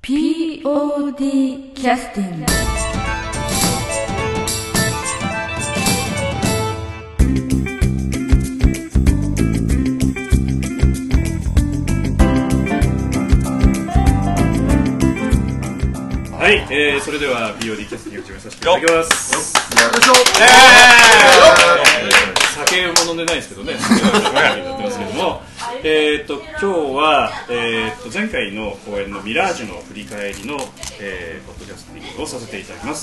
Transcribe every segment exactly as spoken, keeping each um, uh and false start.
ピーオーディー キャスティング。 はい、えー、それでは ピーオーディー キャスティングを始めさせていただきます。 よいしょ。 酒も飲んでないですけどね、酒はやってますけども、えーと今日は、えー、と前回の公演のミラージュの振り返りの、えー、ポッドキャスティングをさせていただきます。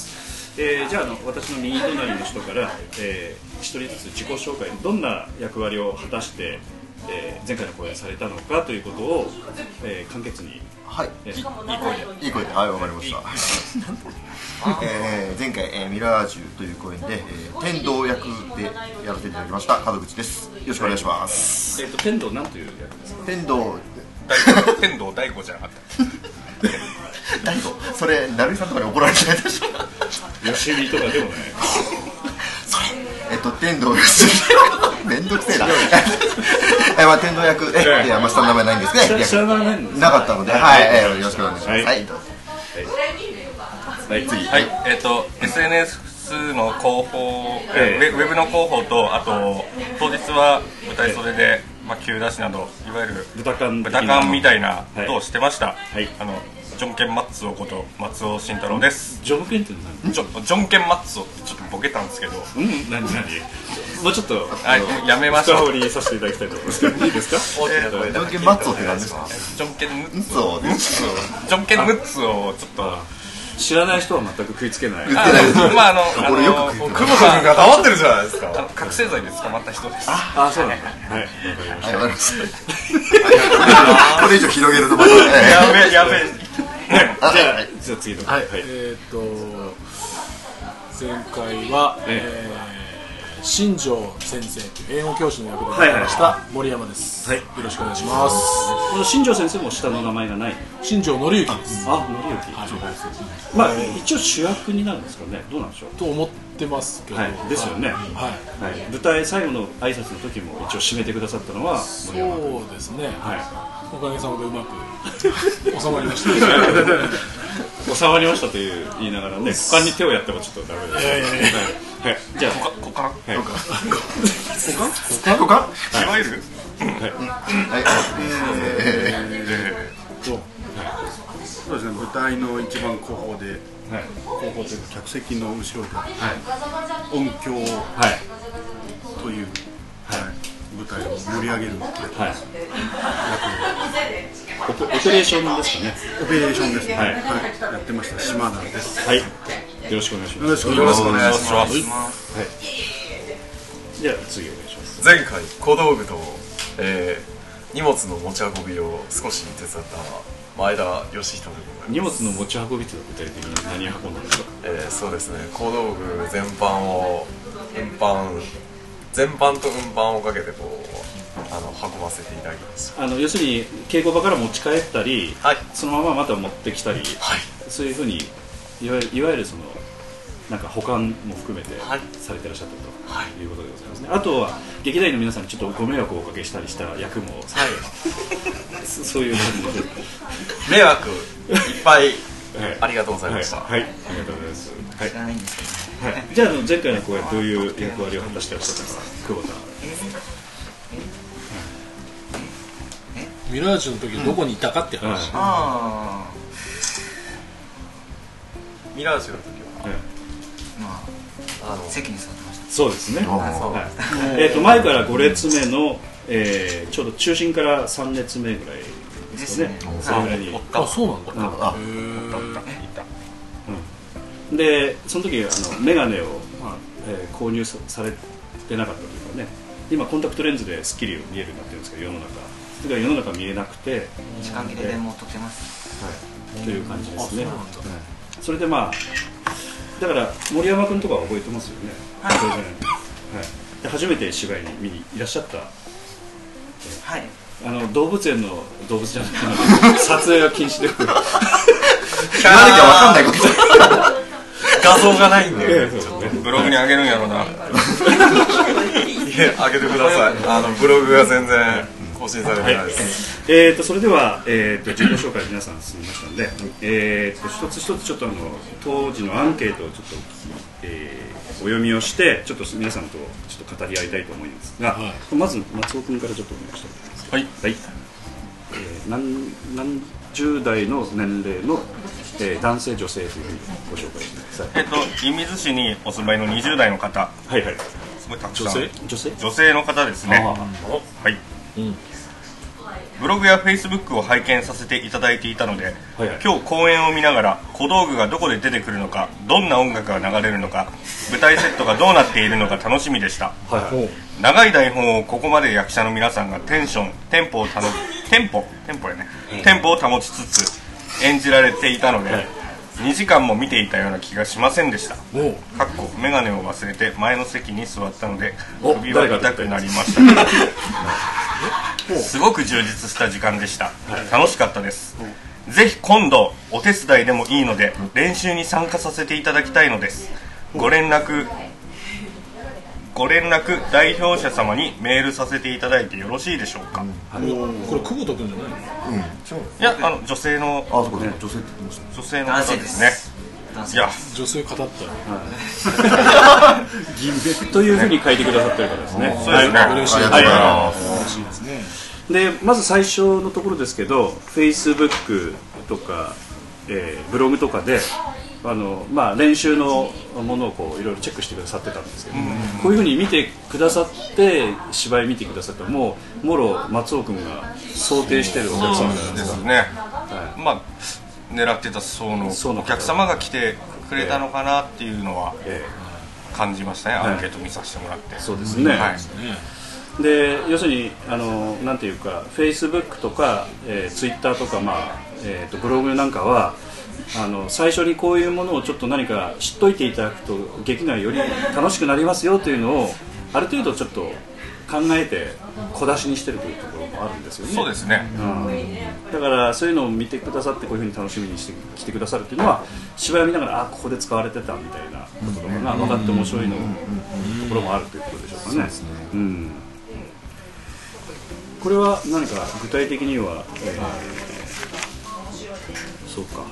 えー、じゃあ、あの私の右隣の人から、えー、一人ずつ自己紹介、どんな役割を果たして、えー、前回の公演されたのかということを、えー、簡潔に、 はい、 えー、いい声でいい声で、はい、わかりました。えー、前回、えー、ミラージュという公演で、えー、天道役でやらせていただきました門口です。よろしくお願いします。 えー、と天道なんという役ですか？ 天道天道大悟じゃなかった大悟、それ成井さんとかに怒られてないでしょ。 よしみとかでもないそれえっと天道めんどくせえなえ、まあ、天道役え、えー、あんま下の名前ないんですね。 知らないんですなかったので、はい、えー、よろしくお願いします。 はい、 はい、どうぞ。 はい、次、 はい、えっと エスエヌエス の広報、えー、ウェブの広報と、あと当日は舞台袖で、まあ、急出しなどいわゆる豚缶豚缶みたいなことをしてました。 はい、 あのジョンケンマッツオこと松尾慎太郎です。 ジョンケンって何？ ジョジョンケンマッツオってちょっとボケたんですけど、 うん、何何もうちょっとやめましょう。 深掘りさせていただきたいと思いますけどいいですか？ ジョンケンマッツオって何ですか？ ジョンケンムッツオです。 ジョンケンムッツオをちょっと知らない人は全く食いつけない。 まああの俺よく食いつけない。 久保さんが黙ってるじゃないですか。覚醒剤で捕まった人です。 ああ、そうなんだ。はい、わかりました。 これ以上広げるとまたやべやべ。 じゃあ、じゃあ次の。 はい、えっと前回は、えー、新庄先生という英語教師の役でございました森山です。はい、よろしくお願いします。 この新庄先生も下の名前がない。 新庄紀之です。 あ、紀之。はい、まあ一応主役になるんですかね。どうなんでしょう。 と思ってますけど。 はい、ですよね。はい。はい。舞台最後の挨拶の時も一応締めてくださったのは森山君。 そうですね。 はい。 おかげさまでうまく収まりました。 収まりましたという言いながらね、他に手をやってもちょっとダメです。はい、はい、じゃあ股間はい股間股間いわゆるはいそうですね、舞台の一番後方で、後方というか客席の後ろで音響という舞台を盛り上げるはいオペレーションですかね。 オペレーションですね。はい、やってました島田です。 はい、よろしくお願いします。 よろしくお願いします。 はい。じゃあ次お願いします。 前回小道具と、えー、荷物の持ち運びを少し手伝った前田義人でございます。 荷物の持ち運びというのは具体的に何を運んだんですか？ えー、そうですね、小道具全般を運搬全般と運搬をかけてこうあの運ばせていただきます。 あの要するに稽古場から持ち帰ったり、 はい、 そのまままた持ってきたり、 はい、 そういうふうにいわゆる、いわゆるそのなんか保管も含めてされてらっしゃったと、はい、いうことでございますね。あとは劇団員の皆さんにちょっとご迷惑をおかけしたりした役も、はい、そういう感じで迷惑いっぱいありがとうございました。 はい、はいはい、ありがとうございます。はい、 知らないんですけどね。 はい、じゃあ前回の公演どういう役割を果たしてらっしゃったのか、久保さん。 ミラージュの時どこにいたかっていう話。 ああ、 ミラージュの時は、 まあ、あの席に座ってました。 そうですね。 はい、 えっと前からご列目の、えー、ちょうど中心からさん列目ぐらいですね。それぐらいに。 あ、そうなんだ。 あ、 うん、でその時あのメガネを、まあえー、購入 さ, されてなかったというかね。今コンタクトレンズですっきり見えるようになってるんですけど、世の中。それが世の中見えなくて時間切れでもう撮ってます、 はい、という感じですね。はい、それでまあだから森山君とかは覚えてますよね。はい、当然、はい、で初めて芝居に見にいらっしゃった、 はい、 あの動物園の動物じゃなくて撮影は禁止で言わなきゃ分かんないこと画像がないんで、 ね、 ブログに上げるんやろうな。 いや、上げてください。あのブログが全然更新されてないです、 はい、えー、とそれでは、えー、と自己紹介皆さん済みましたので、えー、と一つ一つちょっとあの当時のアンケートをちょっと、えー、お読みをしてちょっと皆さんとちょっと語り合いたいと思いますが、はい、まず松尾君からちょっとお願いしたいと思います。はい、はい、えー、何, 何十代の年齢の、えー、男性女性というふうにご紹介してください。 えっと射水市にお住まいのにじゅう代の方、 はいはい、 すごいたくさん女性女性女性の方ですね。はい、うん、ブログやフェイスブックを拝見させていただいていたので、はいはい、今日公演を見ながら小道具がどこで出てくるのか、どんな音楽が流れるのか、舞台セットがどうなっているのか楽しみでした。はいはい、長い台本をここまで役者の皆さんがテンションテンポを保テンポテンポやね、うん、テンポを保ちつつ演じられていたので、はい、にじかんも見ていたような気がしませんでした。かっこメガネを忘れて前の席に座ったので首は痛くなりましたけどすごく充実した時間でした。楽しかったです。ぜひ今度お手伝いでもいいので練習に参加させていただきたいのです。ご連絡ご連絡代表者様にメールさせていただいてよろしいでしょうか。 うん、これ久保田君じゃないの？ うん、いや、あの女性の、 あ、そうか、ね、女性って言ってました。 女性の方ですね。いや、 女性語ったよ。 銀メというふうに書いてくださってるからですね。 そうですね。 嬉しい。嬉しいですね。 で、まず最初のところですけど、Facebook とか、えー、ブログとかで。あのまあ、練習のものをこういろいろチェックしてくださってたんですけど、うん、こういうふうに見てくださって芝居見てくださってもうもろ松尾君が想定しているお客様なんですね、はい、まあ、狙ってた層のお客様が来てくれたのかなっていうのは感じましたね、アンケート見させてもらって、 はい、そうですね、はい、で要するにあのなんていうか Facebook とか、えー、Twitter とか、まあえー、とブログなんかはあの最初にこういうものをちょっと何か知っといていただくと劇がより楽しくなりますよというのをある程度ちょっと考えて小出しにしてるというところもあるんですよね。 そうですね、 うん、だからそういうのを見てくださってこういうふうに楽しみにして来てくださるというのは芝居を見ながらあここで使われてたみたいなことが分かって面白いのところもあるということでしょうかね。そうですね、うん、これは何か具体的には、えー、そうか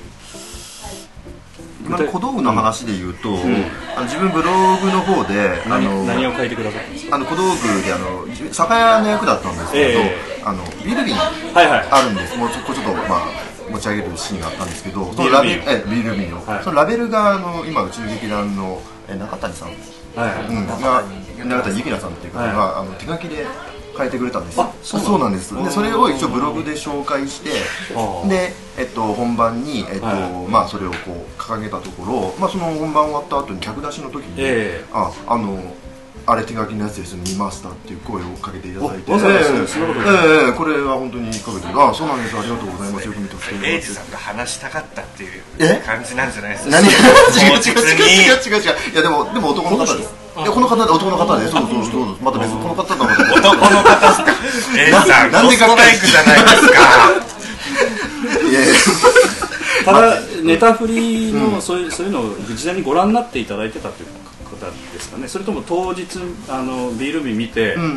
今の小道具の話で言うと、うん、あの自分ブログの方で何, あの何を書いてくださったんですか。 あの小道具であの酒屋の役だったんですけど、えー、あのビール瓶あるんです、はいはい、もうちょっと、まあ、持ち上げるシーンがあったんですけど、そのラベル、えビール瓶を、はい、そのラベルがあの今宇宙劇団のえ中谷さん、はいうん、が中谷幸奈さんっていう方が、はい、あの手書きで書いてくれたんですよ。そうなんです。でそれを一応ブログで紹介してで、えっと、本番に、えっとはいまあ、それをこう掲げたところ、まあ、その本番終わった後に客出しの時に、えー、ああのあれ手書きのやつです見ましたっていう声をかけていただいて、えーえー、これは本当にかけてあそうなんですありがとうございますよく見てくれてエイジさんと話したかったっていう感じなんじゃないですか。 何が違う違う違う違う違ういやでもでも男の方です。いやこの方男の方でそうそうそうまた別にこの方が男の方ですか。エイジさんゴストライクじゃないですか。 いやいやただネタフリのそういう、そういうのを事前にご覧になっていただいてたという方ですかね。それとも当日あのビール瓶見て、うんうんうん、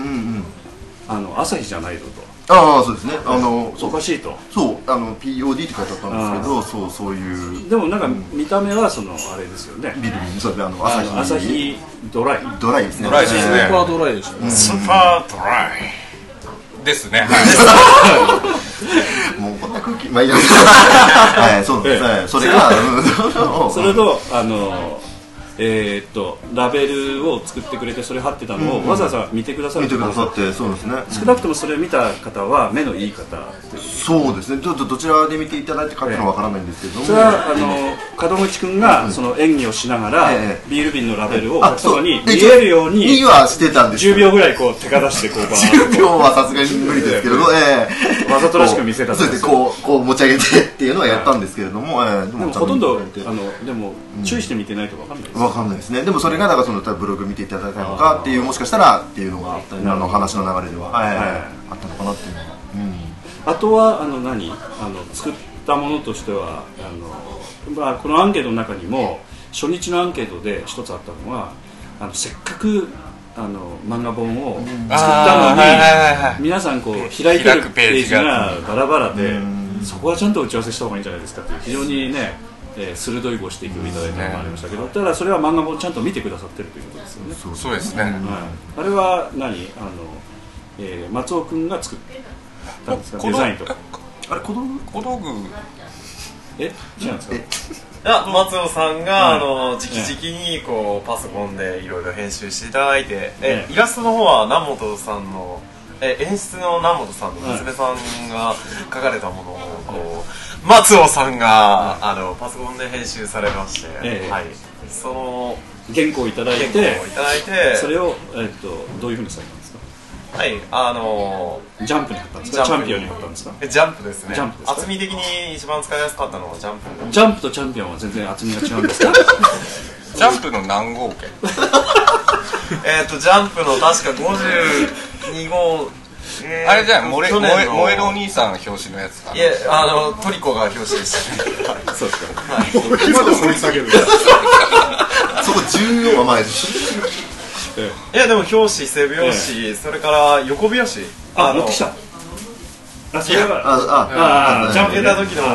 あの朝日じゃないぞと。 ああそうですね。あのおかしいと。 そうあの ピーオーディー って書いてあったんですけど、そうそういう。 でもなんか見た目はそのあれですよね。 ビール瓶そうであの朝日朝日ドライドライですね。 ドライですね。 スーパードライですね。 スーパードライですね。 もうこんな空気まあいいや。はいそうですね。それがそれとあの。えー、っとラベルを作ってくれてそれ貼ってたのを、うんうん、わざわざ見てくださる見てくださってそうですね。 少なくともそれを見た方は目のいい方っていう。 そうですね。ちょっとどちらで見ていただいてかっていうのはわからないんですけれども、 それはあの門口君がその演技をしながら、ええ、ビール瓶のラベルをお客様に見えるようににはしてたんです。 じゅうびょうぐらいこう手かざしてこうバーじゅうびょうはさすがに無理ですけれど、ええ、わざとらしく見せたそうです。こうこう持ち上げてっていうのはやったんですけれども、ええ、 でもほとんどあのでも注意して見てないとわかんないです。 わかんないですね。でもそれがだからそのブログ見ていただいたのかっていうもしかしたらっていうのがあったあの話の流れでは、はいはい、あったのかなっていうのは、 うん、あとはあの何あの作ったものとしてはあの、まあ、このアンケートの中にも初日のアンケートで一つあったのはあのせっかくあの漫画本を作ったのに皆さんこう開いてるページがバラバラでそこはちゃんと打ち合わせした方がいいんじゃないですかという非常にね、えー、鋭いご指摘をいただいたのがありましたけど、ただそれは漫画本ちゃんと見てくださってるということですよね。 そう、そうですね、はい、 あれは何あの、えー、松尾君が作ったんですか、デザインとか。 あれ小道具小道具え違うんですか。 いや松尾さんが、うん、あの直々にこうパソコンでいろいろ編集していただいて、えイラストの方は南本さんのえ演出の南本さんの娘さんが描かれたものをこう松尾さんがあのパソコンで編集されまして、ええ、はい、その原稿をいただいて、 原稿をいただいてそれを、えー、っとどういうふうにされたんですか。 はい、あのー、ジャンプに貼ったんですか。チャンピオンに貼ったんですか。 ジャンプですね。 ジャンプですか。 厚み的に一番使いやすかったのはジャンプ。 ジャンプとチャンピオンは全然厚みが違うんですか。 ジャンプの何号券えっとジャンプの確かごじゅうに号、 えー、あれじゃあ燃え燃えるお兄さん表紙のやつかな。 いや、あのトリコが表紙でしたね。 そうですか。 はい、そこまで掘り下げる。 そこ重要は前です。 いやでも表紙、背表紙、ええ、それから横表紙、 あ、持ってきた。あ、それはああジャンプ出た時の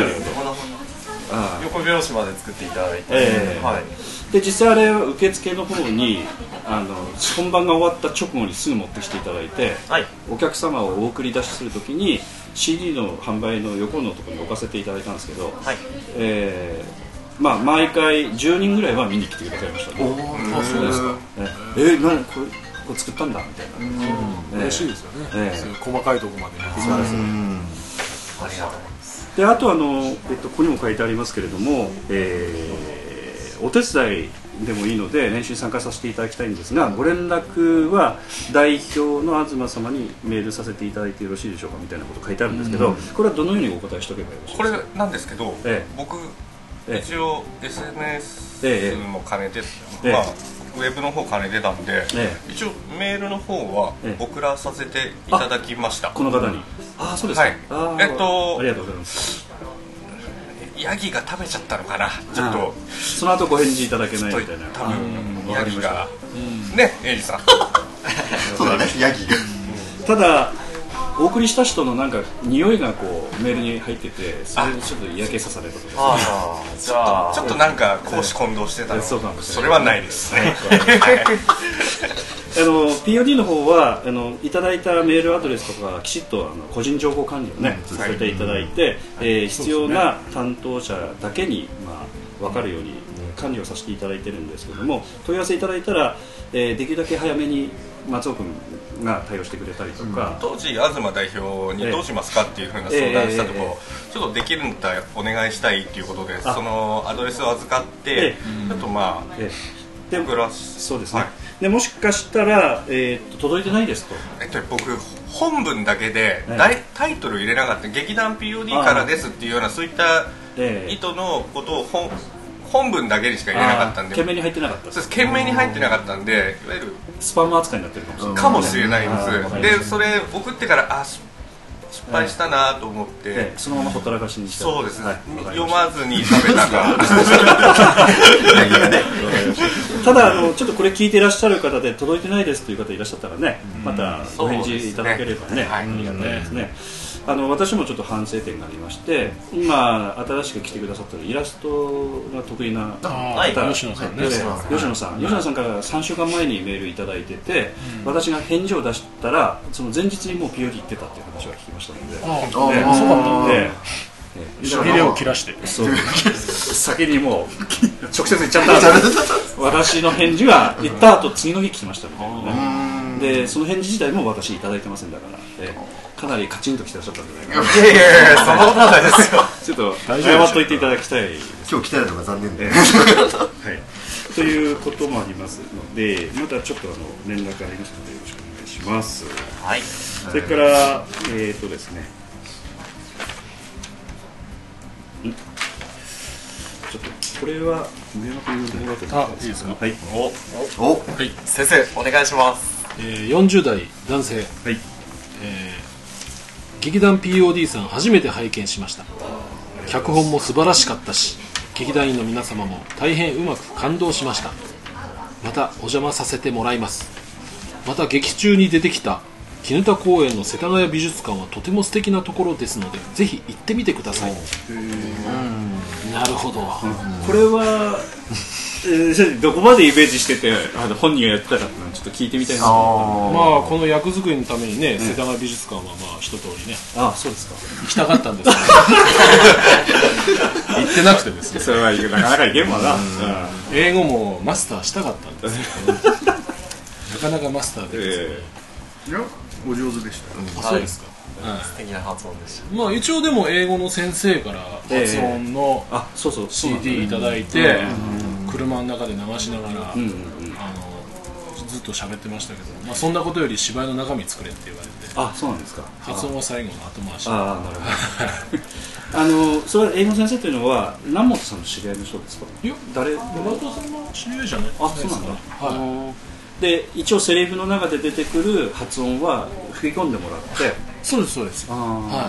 横表紙まで作っていただいて、えー、はい。 で実際あれは受付の方にあの本番が終わった直後にすぐ持ってきていただいて、はい、お客様をお送り出しするときに シーディー の販売の横のところに置かせていただいたんですけど、はい、えーまあ、毎回じゅうにんぐらいは見に来てくださいましたね。 あ、そうですか。 えー、何これこれ作ったんだみたいな。 嬉しいですよね、えー、細かいところまで。 そうですね。ありがとうございます。であとあの、えっと、ここにも書いてありますけれども、えー、お手伝いでもいいので練習に参加させていただきたいんですが、ご連絡は代表の東様にメールさせていただいてよろしいでしょうかみたいなこと書いてあるんですけど、これはどのようにお答えしておけばよろしいですか。 これなんですけど、ええ、僕一応 エスエヌエス も兼ねて、ええまあ、ウェブの方兼ねてたんで、ええ、一応メールの方は送らさせていただきました、ええ、 この方に。ああ、そうですか、はい、 あえっとありがとうございます。 ヤギが食べちゃったのかな、ちょっとその後ご返事いただけないみたいな。 多分ヤギがね、エイジさんそうだね、ヤギただお送りした人のなんか匂いがこうメールに入ってて、それでちょっと嫌気さされたとか、 ああじゃあちょっとなんか公私混同してたの、 そうかもしれない。 それはないですね。 あの ピーオーディー の方はあのいただいたメールアドレスとかきちっとあの個人情報管理をねさせていただいて、はいえー、必要な担当者だけに、まあ、分かるように管理をさせていただいてるんですけども、問い合わせいただいたら、えー、できるだけ早めに松尾君が対応してくれたりとか、うん、 当時東代表にどうしますかっていうふうな相談したところ、えーえー、ちょっとできるんだったらお願いしたいっていうことでそのアドレスを預かって、えー、ちょっとまあ、えー、でプラスそうですね、はい、でもしかしたら、えー、と届いてないですと、 えっと、僕本文だけで、えー、タイトル入れなかった、劇団 ピーオーディー からですっていうようなそういった意図のことを本本文だけにしか入れなかったんで、 懸命に入ってなかった。 そうです、懸命に入ってなかったんで、いわゆるスパム扱いになってるかもしれないかもしれないです。でそれ送ってからあ失敗したなと思って、 ええ、そのままほったらかしにした。 そうですね、はい、読まずに食べたかただあのちょっとこれ聞いていらっしゃる方で届いてないですという方いらっしゃったらね、またお返事いただければね、ありがたいですね。あの私もちょっと反省点がありまして、今新しく来てくださったイラストが得意な方、 吉野さんね、 吉野さん、吉野さんからさんしゅうかんまえにメールいただいてて、うん、私が返事を出したらその前日にもう ピーオーディー 行ってたっていう話は聞きましたので、 ああ、そうだったんで、しびれを切らして、 そう先にもう直接言っちゃった私の返事が言った後次の日来ましたみたいなね。でその返事自体も私いただいてませんだから、えかなりカチンときてらっしゃったんじゃないかな。 いやいやいや、そんなことはないですよ。 ちょっと謝っといていただきたいです。 今日来てないのが残念で、はい、 ということもありますので、またちょっとあの連絡ありますのでよろしくお願いします。 はい。 それからえっとですね、んちょっとこれは上山君のところだと思うんですが、 いいですか。はい。 おお、はい、先生お願いします。 えー、よんじゅう代男性。はい。えー劇団 ピーオーディー さん初めて拝見しました。脚本も素晴らしかったし、劇団員の皆様も大変うまく感動しました。またお邪魔させてもらいます。 また劇中に出てきた絹田公園の世田谷美術館はとても素敵なところですのでぜひ行ってみてください。なるほど、うん、 これは、えー、どこまでイメージしててあの本人がやってたかっていうのはちょっと聞いてみたいな。あ、 まあこの役作りのためにね、世田谷美術館はまあ一通りね、 ああそうですか、 行きたかったんですけど行ってなくてですね、 それはなかなかいけんわな、 英語もマスターしたかったんですけどなかなかマスターでですね、 えー、いやお上手でした、 うん、あ、そうですか、 はい、素敵な発音でした。 まあ一応でも英語の先生から発音の シーディー いただいて車の中で流しながら、うんうんうん、あのずっと喋ってましたけど、まあ、そんなことより芝居の中身作れって言われて、 あ、そうなんですか、 発音は最後の後回し。 ああ、なるほどあのそれは英語先生というのは南本さんの知り合いの人ですか？ いや、 誰？ 山本さんの知り合いじゃないですか。 あ、そうなんだ、 はい。 で一応セリフの中で出てくる発音は吹き込んでもらって。 そうですそうです。 あ、はい、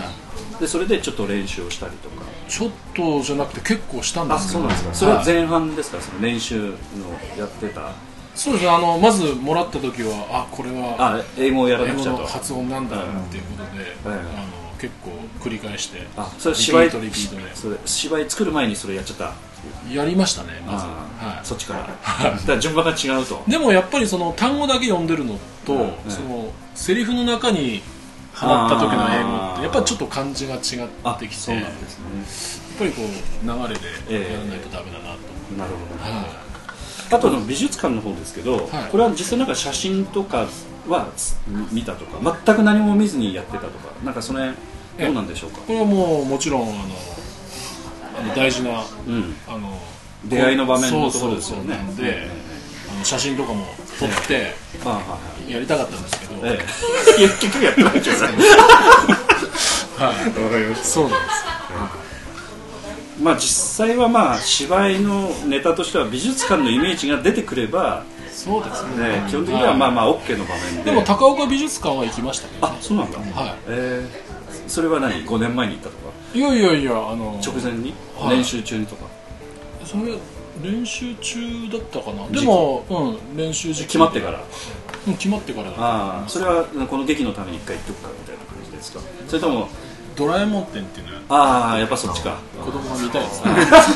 でそれでちょっと練習をしたりとか。 ちょっとじゃなくて結構したんですけど。 あ、そうなんですか。それは前半ですか、その練習のやってた。 そうですね、あのまずもらった時はあ、これはあ、英語をやらなくちゃと、 英語の発音なんだっていうことで、うん、あの結構繰り返して、 あ、それ芝居リピートリピートで、 それ芝居作る前にそれやっちゃった。 やりましたね、まず、 はい、そっちからだから順番が違うと。 でもやっぱりその単語だけ読んでるのと、うん、そのセリフの中にはまった時の英語ってやっぱりちょっと感じが違ってきて、そうなんですね、やっぱりこう流れでやらないとダメだなと、 えー、なるほど、ね、はい、あとの美術館の方ですけど、はい、これは実際なんか写真とかは見たとか全く何も見ずにやってたとか、なんかそれどうなんでしょうか。 これはもうもちろんあのあの大事な、うん、あの出会いの場面のところですよね。 そうそうそう、で、あの写真とかも撮ってやりたかったんですけど、 ええ、結局やってないじゃないはい、わかりました。 そうなんです、 まあ実際はまあ芝居のネタとしては美術館のイメージが出てくれば、 そうですね、 ね、基本的にはまあまあ OK の場面で。 でも高岡美術館は行きましたけど、ね、 あ、そうなんだ、はい、えー、それは何、ごねんまえに行ったとか。 いやいやいや、あの直前に、はい、練習中にとか。 それ練習中だったかな。でも、うん、練習時期決まってから、 うん、決まってからだ。 ああ、それはこの劇のために一回行っとくかみたいな感じですか。それともドラえもん展っていうのは、 ああ、やっぱそっちか、 子供が見たいですね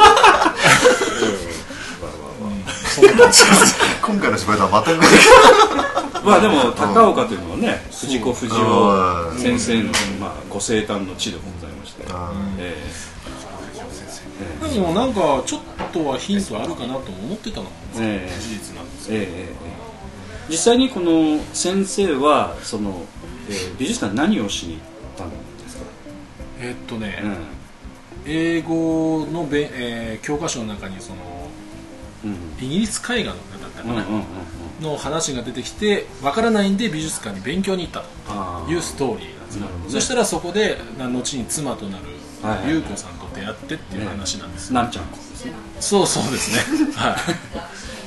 今回の芝居とは全くまあでも高岡というのはね、藤子不二雄先生のまあご生誕の地でございまして、えー、でもなんかちょっとはヒントあるかなと思ってたのも事実なんですけど、えーえー、実際にこの先生はその、えー、美術館何をしに行ったんですか。 えー、っとね、うん、英語のべ、えー、教科書の中にその、うん、イギリス絵画の方だったかな、うんうんうんうん、の話が出てきてわからないんで美術館に勉強に行ったというストーリーなんですね。そしたらそこで後に妻となる優子さんと出会ってっていう話なんです、 ね、なんちゃん子ですね。 そうそうですねはい、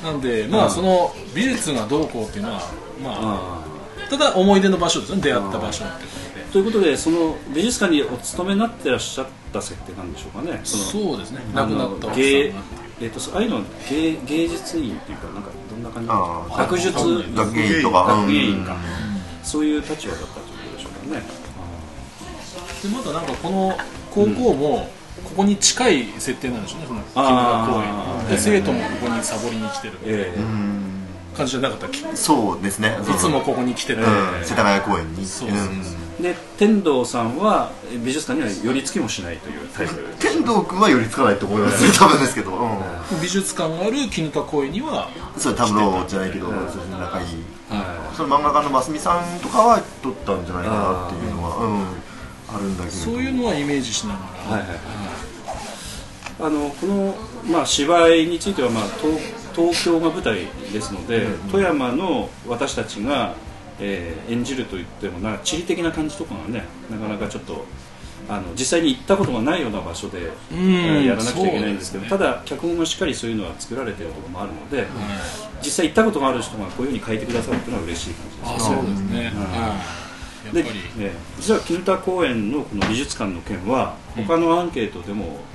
なんでまあその美術がどうこうっていうのはまあただ思い出の場所ですね、出会った場所ってことで。 ということで、その美術館にお勤めになってらっしゃった設定なんでしょうかね。 そのそうですね、亡くなった奥さんが、 えー、とああいうのは 芸, 芸術院っていうか、なんかどんな感じ、学術学芸員とか学芸員か、うん、そういう立場だったということでしょうかね。 でまだなんかこの高校もここに近い設定なんでしょうね、その木村公園にで、生徒もここにサボりに来てる、えー感じじゃなかったっけ。 そうですね、 いつもここに来てる、 うん、世田谷公園に。 そうそうそう、 うん、で天童さんは美術館には寄り付きもしないというタイプ。 天童君は寄り付かないと思いますね多分ですけど、 うん、美術館がある絹田公園にはそう田室じゃないけど、うん、仲いい、はい、その漫画家の真澄さんとかは撮ったんじゃないかなっていうのは、うん、あるんだけど、 そういうのはイメージしながら、はいはいはい、 あのこの、まあ、芝居については、まあ、東, 東京が舞台ですので、うん、富山の私たちが、えー、演じるといってもな地理的な感じとかがね、なかなかちょっとあの実際に行ったことがないような場所で、うん、やらなくちゃいけないんですけど、ね、ただ脚本がしっかりそういうのは作られているところもあるので、うん、実際行ったことがある人がこういうふうに書いてくださるというのは嬉しい感じですね。 あ、そうですね、うん、 で、えー、実は絹田公園のこの美術館の件は他のアンケートでも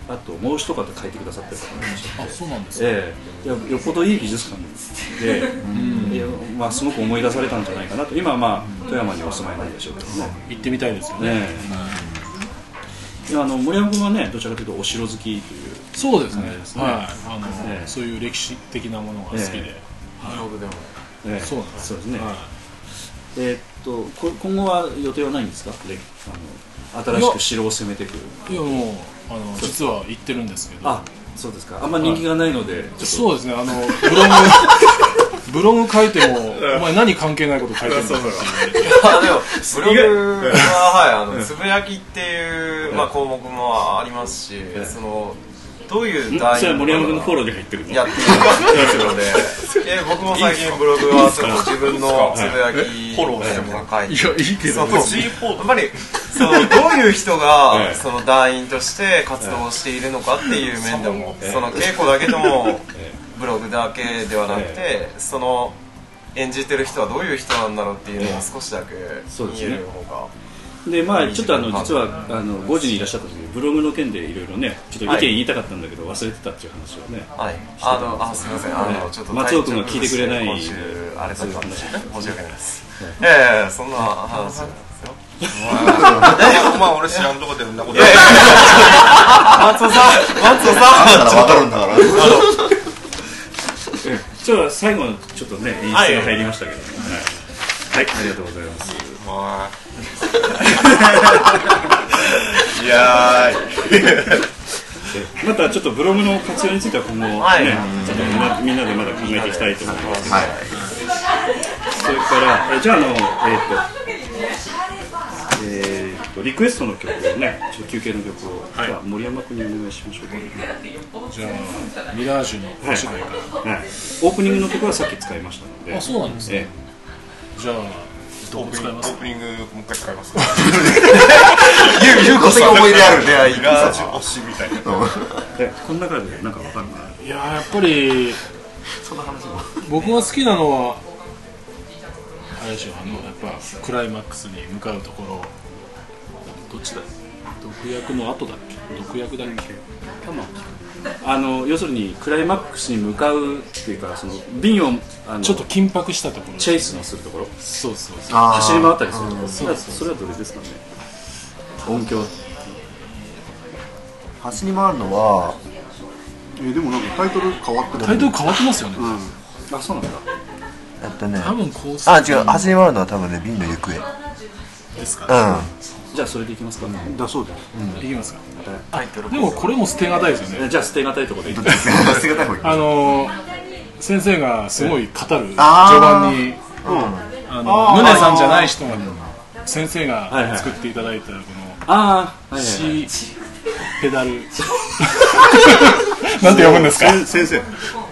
あともう一方書いてくださってる方がいらっしゃって、 あ、そうなんですか。 ええ、いやよっぽどいい美術館で、うんいやまあ、すごく思い出されたんじゃないかなと。今は、まあ、富山にお住まいなんでしょうけどね。 行ってみたいですよね。ねいやあの森山君はね、どちらかというとお城好きという。 そうですね、はい、あの、ええ、そういう歴史的なものが好きで、 ブログでも、 ええ、 そうなんです。 そうですね、 はい、 えー、っとこ今後は予定はないんですか？あの新しく城を攻めていく。 いやもうあの実は行ってるんですけど。 あ、そうですか。あんま人気がないので、 はい、そうですね、あのブログブログ書いてもお前何関係ないこと書いてるんだって言われて。 でもブログははいあのつぶやきっていうまあ項目もありますし、そのどういう団員それは森山君のフォローに入ってるの？ やってるので、え僕も最近ブログはその自分のつぶやきフォローしても書いて、いやいいけど、やっぱりそのどういう人がその団員として活動しているのかっていう面でも、その稽古だけでもブログだけではなくて、その演じてる人はどういう人なんだろうっていうのを少しだけ見える方が。 でまあ、ちょっとあの実はあのごじにいらっしゃった時にブログの件でいろいろねちょっと意見言いたかったんだけど忘れてたっていう話をね、 はい、あのあすみません、あのちょっと松尾君が聞いてくれない今週あれだったんで申し訳ないです。ええそんな話なんですよ。 お前俺知らんとこでそんなこと。 松尾さん松尾さんあんたら分かるんだから。 じゃあ最後のちょっとね演出が入りましたけども、はい、ありがとうございます。 いやまたちょっとブログの活用については今後、ねはい、ちょっとみんなでまだ考えていきたいと思います、はい、それからえじゃああの、えーとえー、とリクエストの曲をねちょっと休憩の曲を、はい、じゃあ森山君にお願いしましょうか。 じゃあミラージュのお芝居から、 はいはい、オープニングの曲はさっき使いましたので。 あ、そうなんですね、えー、じゃあオープニング、オープニングもう一回使いますか。 ゆうこさん思い出ある出会いラージ推しみたいな。 この中でなんかわかんない。 いややっぱりそんな話も僕が好きなのはあれでしょ、あのやっぱクライマックスに向かうところ、どっちだ、毒薬の後だっけ、毒薬だっけ、 あの要するにクライマックスに向かうっていうか、その瓶をあのちょっと緊迫したところ、 チェイスのするところ、 そうそうそう、 走り回ったりするところ、 それはそれはどれですかね。音響走り回るのは、 えー、でもなんかタイトル変わってる。 タイトル変わってますよね、 うん、あ、そうなんだ。 えっとね、 多分こうあ、違う、走り回るのは多分ね、瓶の行方ですか、 ね、 うん、じゃあそれでいきますか、ね、 だそうです、 うん、いきますか、 タイトルでもこれも捨てがたいですよね。 じゃあ捨てがたいところでいきますあの先生がすごい語る序盤に、あの宗さんじゃない人が先生が作っていただいたこのああ、 C ペダルなんて読むんですか。 先生。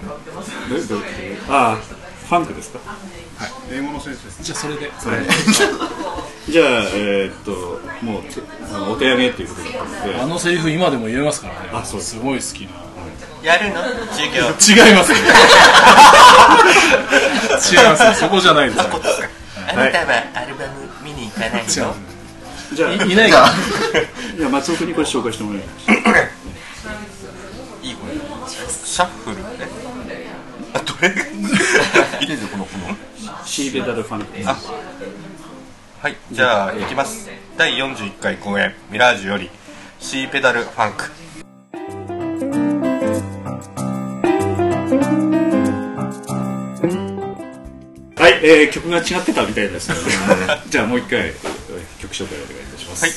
ああ、ファンクですか。 はい、英語の先生。 じゃあそれで。 それでじゃあえー、っともうあのお手上げっていうことだったので、 あのセリフ今でも言えますからね。 あ、そうです。 すごい好きな。 やるの？授業。 違いますね。違いますね。そこじゃないです。 あなたはアルバム見に行かないの？ じゃあい, いないか。 いや松尾君にこれ紹介してもらいます。 いい声。 シャッフルね。あ、どれ？ いいですよこのこの。 シーペダルファンク。 あ、はい、じゃあいきます。だいよんじゅういっかい公演ミラージュより C ペダルファンク。 はい、えー、曲が違ってたみたいですのでじゃあもう一回曲紹介お願いいたします。 はい、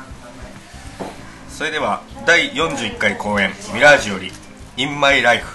それではだいよんじゅういっかい公演ミラージュより In My Life。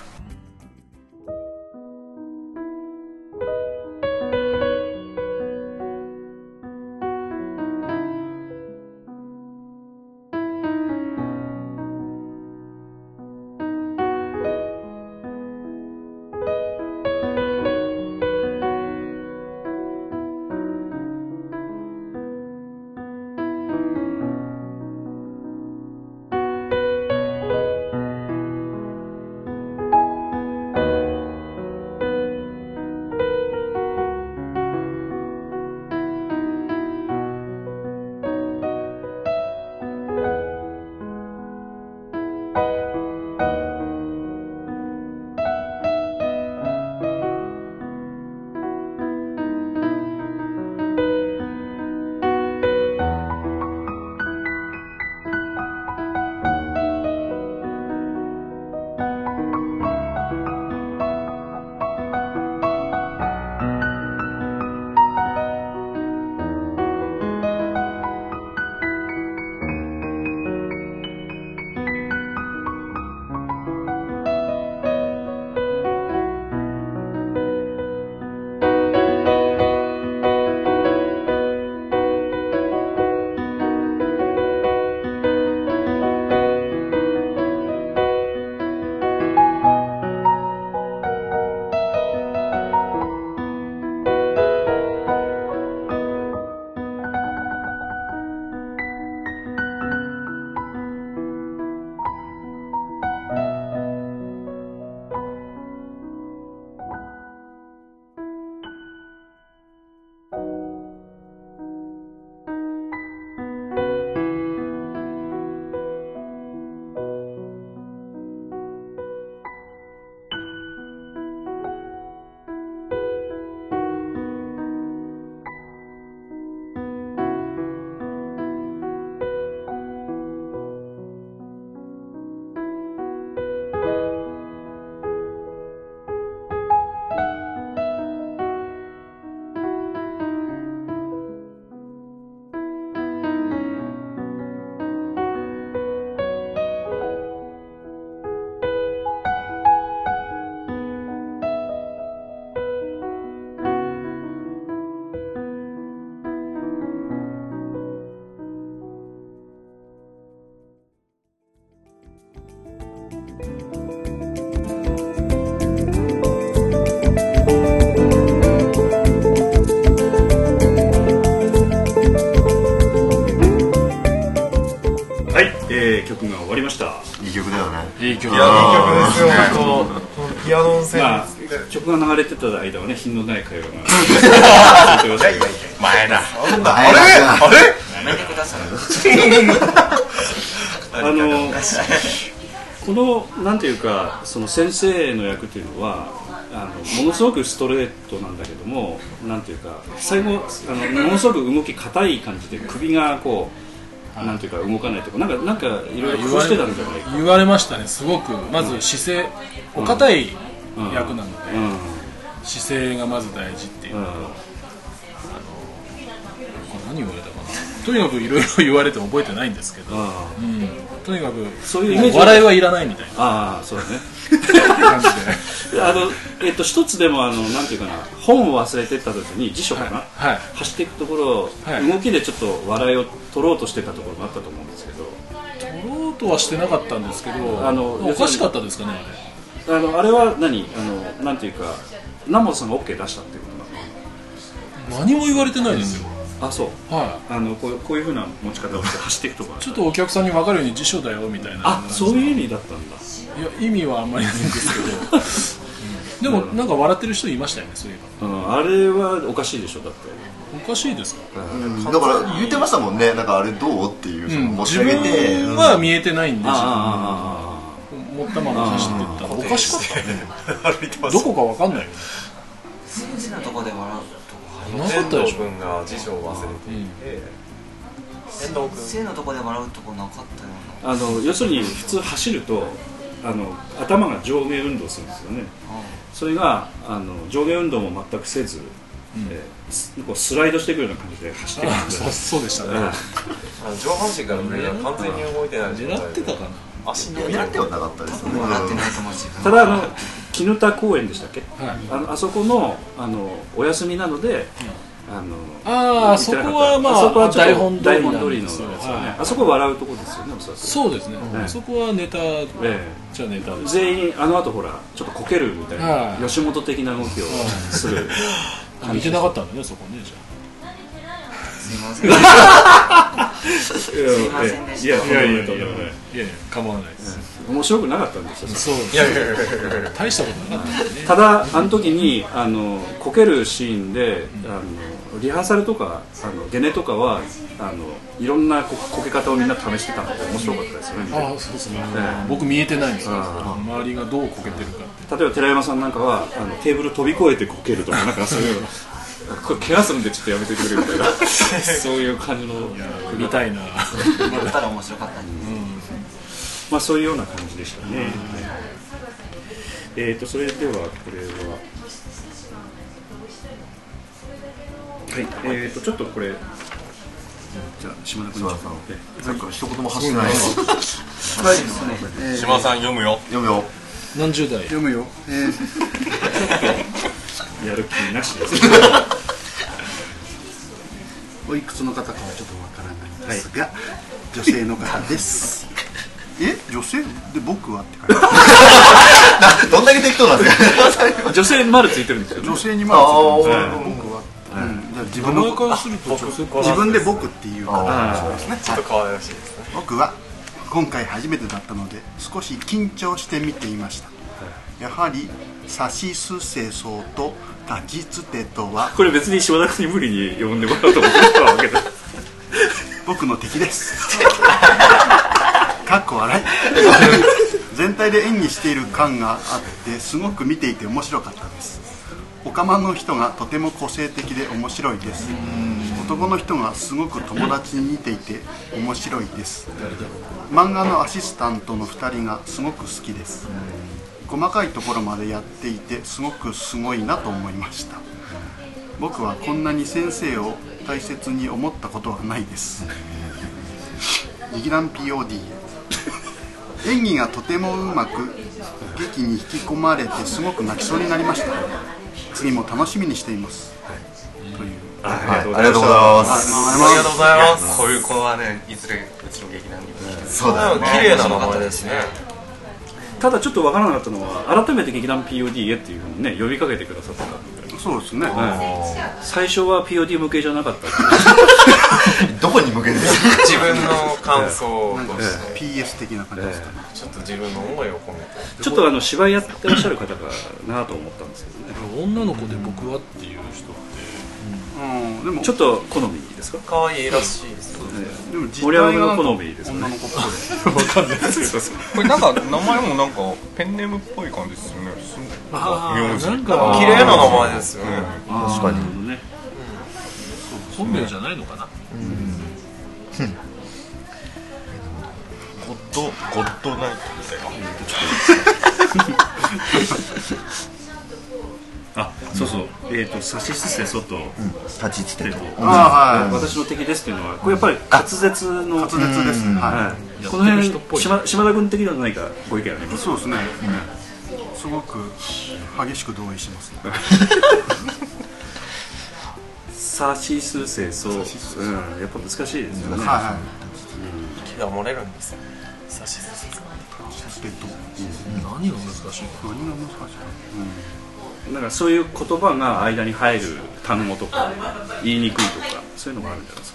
いい曲ですよ。ピアノのせいで曲が流れてた間はね、品のない会話が前だ。 あれあれやめてください。 あのこのなんていうか、その先生の役というのはあのものすごくストレートなんだけども、なんていうか最後あのものすごく動き硬い感じで首がこうなんていうか動かないとか、なんかなんかいろいろ工夫してたんじゃないか。 言われましたね。すごくまず姿勢、お堅い役なので、姿勢がまず大事っていうのと、あのこれ何言われたかな。とにかくいろいろ言われても覚えてないんですけど、うん、とにかくそういうイメージ笑いはいらないみたいな。 ああ、そうだね。 感じであのえっと一つでもあのなんていうかな、本を忘れてった時に辞書かな、 はいはい、 走っていくところを、はい、動きでちょっと笑いを取ろうとしてたところもあったと思うんですけど、 取ろうとはしてなかったんですけど、あのおかしかったですかね。 あれ あのあれは何あのなんていうか、南本さんが オーケー 出したっていうことなの？ 何も言われてないですよ。 あ、そう、 はい、 あのこう、こういうふうな持ち方をして走っていくとかちょっとお客さんに分かるように辞書だよみたいな。 あ、そういう意味だったんだ。 いや、意味はあんまりないんですけど、うん、でもなんか笑ってる人いましたよね、そういえば、 うん、あれはおかしいでしょ。だっておかしいですか、 うん、だから言ってましたもんね。なんかあれどうっていう、その持ち上げて、 自分は見えてないんで、 うん、 持ったまま走っていったらおかしかったね。どこか分かんないよね。 先生のとこで笑うなかったでしょ。 君が辞書を忘れていて、 先生のとこで笑うとこなかったような。あの要するに普通走るとあの頭が上下運動するんですよね。それがあの上下運動も全くせず、うんえー、こうスライドしてくるような感じで走ってくるんで。 そうでしたね。 あの上半身から上が完全に動いてない状態で。 狙ってたかな。 足の狙ってはなかったですよね。 笑ってないと思うし。 ただあの絹田公園でしたっけ、 はい、 あのあそこのあのお休みなので、うん、あのああそこはまああそこは台本通りののやつよね、はい、あそこ笑うとこですよね、おそらく。 そうですね、 うん、 あそこはネタ、ええ、 じゃあネタです。 全員あの後ほらちょっとこけるみたいな、はい、吉本的な動きをする見てなかったんだね、そこね。じゃあすいません。すいませんでした。 いやいやいやいやいや構わないです。 面白くなかったんですよ。 そういやいやいや大したことなかったね。 ただあの時にあのこけるシーンで、うん、あのリハーサルとかあのゲネとかはあのいろんなここけ方をみんな試してたので面白かったですよね。 ああそうですね。えー、僕見えてないんですよ。周りがどうこけてるかって。 例えば寺山さんなんかはあのテーブル飛び越えてこけるとかなんかそういう。これ怪我するんでちょっとやめてくれみたいなそういう感じの見たいな。 だったら面白かったね。うん、 まあそういうような感じでしたね。うん、えっとそれではこれははいえっとちょっとこれじゃあ島田君さんなんか一言も発してないですはい、島田さん読むよ読むよ何十代読むよ。えー、ちょっとやる気なしですおいくつの方かはちょっとわからないんですが、はい、女性の方です。え、女性で僕はって書いてある。どんだけ適当なんですか。 女性に丸ついてるんですよ。 女性に丸ついてる。僕は。じゃあ自分のからすると自分で僕っていう方ですね。 ちょっと可愛らしいですね。 僕は今回初めてだったので少し緊張して見ていました。やはりさしすせそうと立ちつてとはこれ別に島田君に無理に呼んでもらおうと思ってたわけだ。 僕の敵です。かっこ笑い。全体で演技している感があってすごく見ていて面白かったです。オカマの人がとても個性的で面白いです。男の人がすごく友達に似ていて面白いです。漫画のアシスタントのふたりがすごく好きです。細かいところまでやっていてすごくすごいなと思いました。僕はこんなに先生を大切に思ったことはないです。劇団 ピーオーディー 演技がとてもうまく劇に引き込まれてすごく泣きそうになりました。次も楽しみにしています、はい、というありがとうございます。 ありがとうございます。 こういう子はね、いずれうちの劇団にもそうだよね。 綺麗な名前ですね。 ただちょっとわからなかったのは改めて劇団 ピーオーディー へっていうふうにね呼びかけてくださったそうですね、 最初は ピーオーディー 向けじゃなかったどこに向けてですか？ 自分の感想としてピーエス 的な感じですかね。 ちょっと自分の思いを込めてちょっとあの芝居やってらっしゃる方かなと思ったんですけどね。 女の子で僕はっていう人ってうん、でもちょっと好みですか？ 可愛いらしいですよね。 でも森山の好みですかね。 女の子っぽい。 わかんないですけどこれなんか名前もなんかペンネームっぽい感じですよね。 あ名字なんか綺麗な名前ですよね。 確かにね。 本名じゃないのかな。 ゴッドゴッドナイトみたいな。 あ、そうそう。えっとサシスセソと立ちつてと。 あ、はい。 私の敵ですっていうのはこれやっぱり滑舌の滑舌ですね。はい。この辺島島田君的には何かご意見ありまい。 す？ そうですね。すごく激しく同意します。 サシスセソ、うん、やっぱ難しいですよね。 はい。 息が漏れるんですよ。サシスセソ。 何が難しいの？ 何が難しいの？ なんかそういう言葉が間に入る単語とか言いにくいとかそういうのがあるんじゃないですか。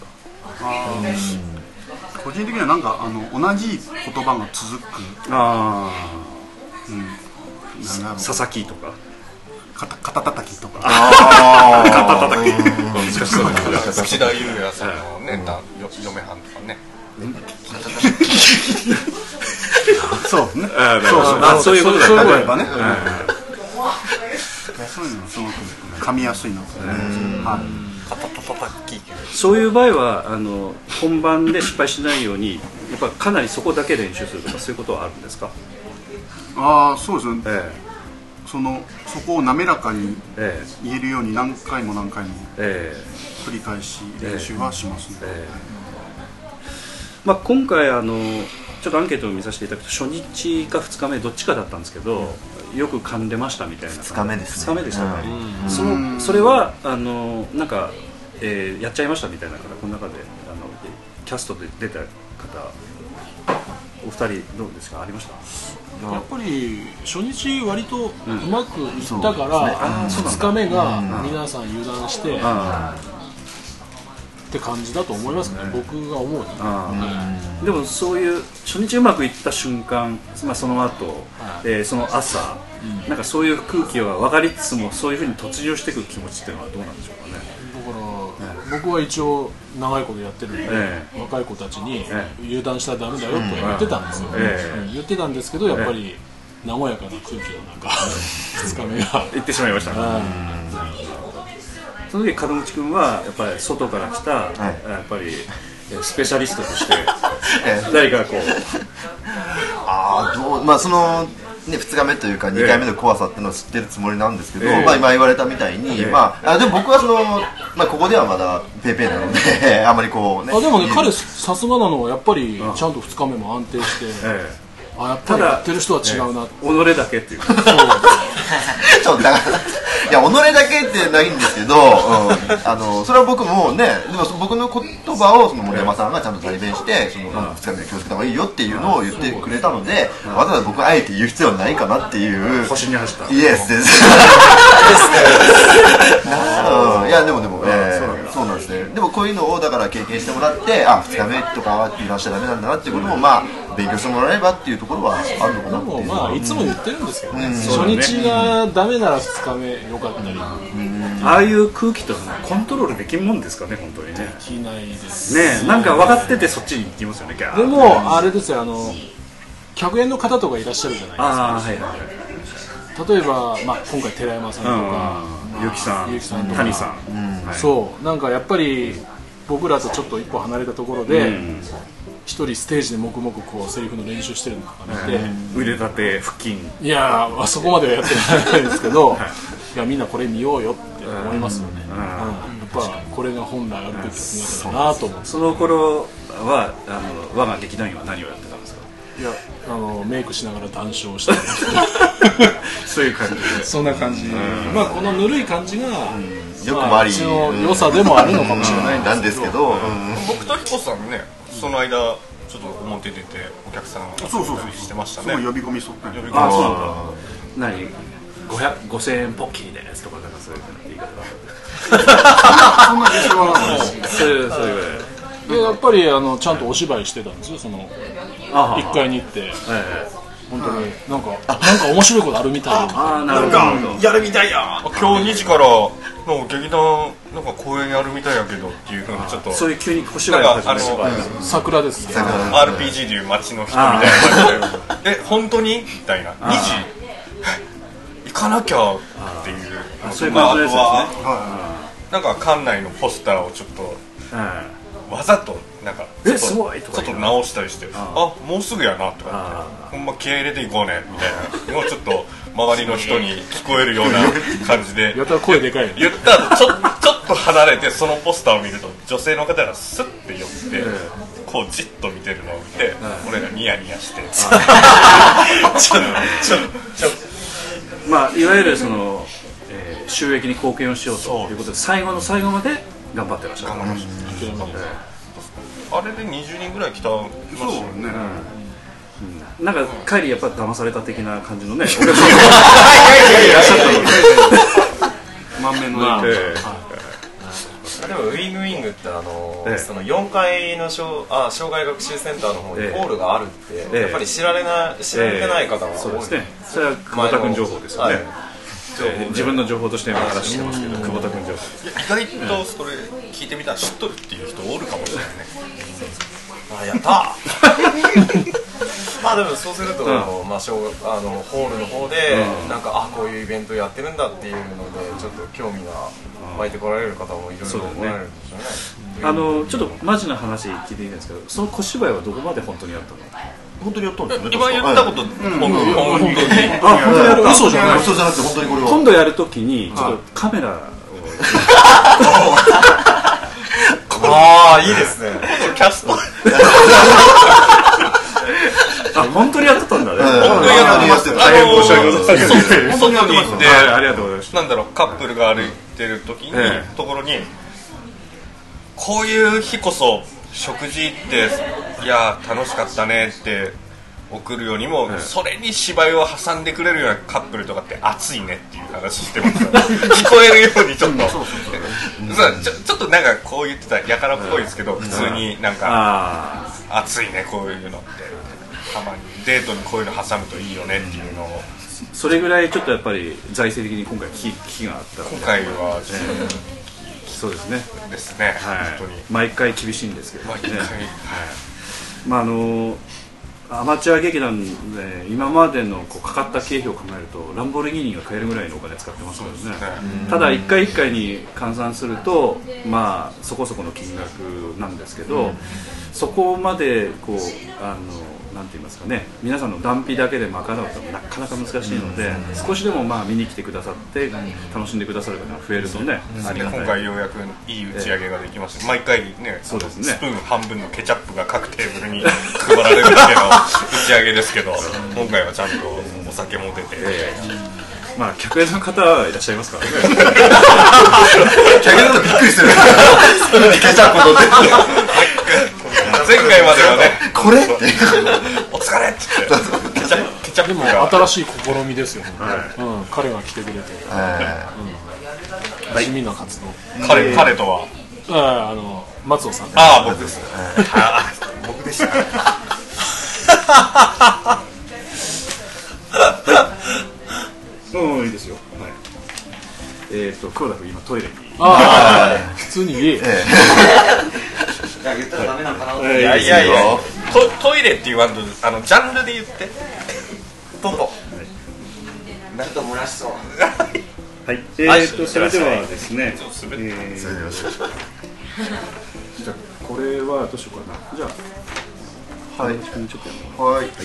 あ、個人的にはなんかあの同じ言葉が続く。 ああ、うん。 佐々木とか。 肩肩叩きとか。 ああ、 肩叩き。難しそうだけど。 土田裕也さんのね、嫁はんとかね。 そうね。 あ、そういうことだ例えばね。そういうのすごく噛みやすいなと思います。 肩叩き。 そういう場合はあの本番で失敗しないようにやっぱかなりそこだけ練習するとかそういうことはあるんですか？ ああ、そうですね。 ええ。 そのそこを滑らかにええ言えるように何回も何回もえ繰り返し練習はしますね。 ええまあ、今回あのちょっとアンケートを見させていただくと初日かふつかめどっちかだったんですけど、よく噛んでましたみたいな。 ふつかめですね。 ふつかめでしたね。そのそれはあのなんか、えー、やっちゃいましたみたいな方この中であのキャストで出た方お二人どうですか？ありました？ やっぱり初日割とうまくいったからふつかめが皆さん油断してって感じだと思いますね、僕が思うに。 でもそういう初日うまくいった瞬間、まあ、その後、えー、その朝、なんかそういう空気は分かりつつもそういうふうに突入していく気持ちっていうのはどうなんでしょうかね。 だから僕は一応長いことやってるんで、 ええ、 若い子たちにええ、 油断したらダメだよと言ってたんですよ、 ええ、 言ってたんですけどやっぱり和やかな空気の中ふつかめが行ってしまいましたね。その時門口君はやっぱり外から来た、はい、やっぱりスペシャリストとして誰かこうああどうまあそのね、ふつかめというかにかいめの怖さっていうのを知ってるつもりなんですけど、えーまあ、今言われたみたいに、えーまあ、あでも僕はその、まあ、ここではまだペーペーなのであまりこうねあでもね彼さすがなのはやっぱりちゃんとふつかめも安定して、えー、あやっぱりやってる人は違うなって、 えー、己だけっていうかちょっとだからいや己だけってないんですけど、うん、あのそれは僕もねでも僕の言葉をその森山さんがちゃんと代弁してそのふつかめで気をつけた方がいいよっていうのを言ってくれたのでわざわざ僕はあえて言う必要はないかなっていう星に走ったイエスですいやでもでも、えー、そうなんですね。でもこういうのをだから経験してもらってあふつかめとかは油断しちゃダメなんだなっていうこともまあ勉強してもらえればっていうところはあるのかなっていう。 でもまあいつも言ってるんですけどね、うん、初日がダメならふつかめ良かったり、うん、 ああいう空気とコントロールできるもんですかね本当にね。 できないですね。なんか分かっててそっちに行きますよね。 でもあれですよあの客演の方とかいらっしゃるじゃないですか。あ、はいはい、例えば、まあ、今回寺山さんとか結城さん、 結城さんとか谷さん、 うんはい、そうなんかやっぱり僕らとちょっと一歩離れたところで、うん、一人ステージで黙々こうセリフの練習してるのとか見て、 うん、腕立て腹筋いやーそこまではやってないですけど、はい、いやみんなこれ見ようよって思いますよね、うんうん、やっぱこれが本来あるべき姿だなと思って。 その頃はあの我が劇団員は何をやってたんですか？ いやあのメイクしながら談笑してそういう感じでそんな感じ、まあこのぬるい感じが、うん、 よくもあり、 うちの良さでもあるのかもしれないんですけど、うん、 僕と彦さんねその間ちょっと表出てお客さんがそうそうそうしてましたね。 すごい呼び込みそう。 あ、そうなんだ。何ごせんえんポッキーみたいなやつとかなんかそういう言い方そんな自信はないそういうそういうぐらいでやっぱりあのちゃんとお芝居してたんですよ、そのいっかいに行って、はいはい、本当になんかなんか面白いことあるみたいな、 あなるほどやるみたいや今日にじからの劇団なんか公演やるみたいやけどっていうふうにちょっとそういう急に小芝居を始める桜ですねアールピージー でいう街の人みたいな感じでえ本当にみたいなにじ行かなきゃっていうそういう感じですね。 なんか館内のポスターをちょっとわざとなんかちょっと直したりしてあもうすぐやなとかほんま気合い入れていこうねみたいなのをちょっと周りの人に聞こえるような感じでやったら声でかいよ言った後ちょちょっと離れてそのポスターを見ると女性の方がスッて寄ってこうじっと見てるのを見て俺らニヤニヤしてちょちょちょまあいわゆるその収益に貢献をしようということで最後の最後まで頑張ってらっしゃる。 あれでにじゅうにんぐらい来たそうね。 なんか帰りやっぱ騙された的な感じのね。いやいやいや満面の笑み。 でもウィングウィングってあのそのよんかいの障あ障害学習センターの方にホールがあるってやっぱり知られない知られてない方が多い。 そうですね。それは久保田君情報ですよね。自分の情報として話してますけど、久保田君情報意外とそれ聞いてみたら知っとるっていう人おるかもしれないね。 あやったまあでもそうすると、うんまあ、小あのホールの方で、うん、なんかあこういうイベントやってるんだっていうのでちょっと興味が湧いてこられる方もいろいろおられるんでしょうね。 あのちょっとマジな話聞いていいんですけど、その小芝居はどこまで本当にやったの？ 本当にやったんですよね。 今言ったこと、本当にあ本当に嘘じゃない嘘じゃなくて本当にこれは今度やるときにちょっとカメラをああいいですね。 キャストあ本当にやってたんだね。 本当にやってましたよ。 大変申し訳ございません。 外に行ってありがとうございます。 なんだろうカップルが歩いてる時にところにこういう日こそ食事っていや楽しかったねって送るよりも、うん、それに芝居を挟んでくれるようなカップルとかって熱いねっていう話してます聞こえるようにちょっとちょちょっとなんかこう言ってたやからっぽいですけど、うん、普通になんか、うん、熱いねこういうのってたまにデートにこういうの挟むといいよねっていうのを、 それぐらいちょっとやっぱり財政的に今回危機があったので今回は、ねそうですね。 ですね。 はい、 本当に毎回厳しいんですけど、ね。 毎回。はい。 まああのアマチュア劇団で今までのこうかかった経費を考えるとランボルギーニが買えるぐらいのお金使ってますからね。ただ一回一回に換算するとまあそこそこの金額なんですけど、そこまでこうあのなんて言いますかね、皆さんの団費だけで賄うとなかなか難しいので、少しでもまあ見に来てくださって楽しんでくださる方が増えるとね、 ありがたい。今回ようやくいい打ち上げができました。毎回ね、そうですね、スプーン半分のケチャップが各テーブルに配られるだけの打ち上げですけど、今回はちゃんとお酒も出て、 まあ客演の方いらっしゃいますからね。 客演の方びっくりしてる。ケチャップの出て。 前回まではね、 これってお疲れって言ってケチャップ、ケチャップでも新しい試みですよ、はいうん、彼が来てくれて、はい、地味な活動。 彼、彼とはああの松尾さん。 ああ僕です。あ僕でした。 うんいいですよ。はい。えっと黒田君今トイレに。 ああ普通に言え。 いや言ったらダメなのかな。 いやいやいや。ト, トイレって言わんとあのジャンルで言ってどうぞ。 ちょっと蒸らしそう。 はい。えー、っとそれではですね。えー、じゃあこれはどうしようかな。じゃあはい。ちょっとやろう。はい。はい。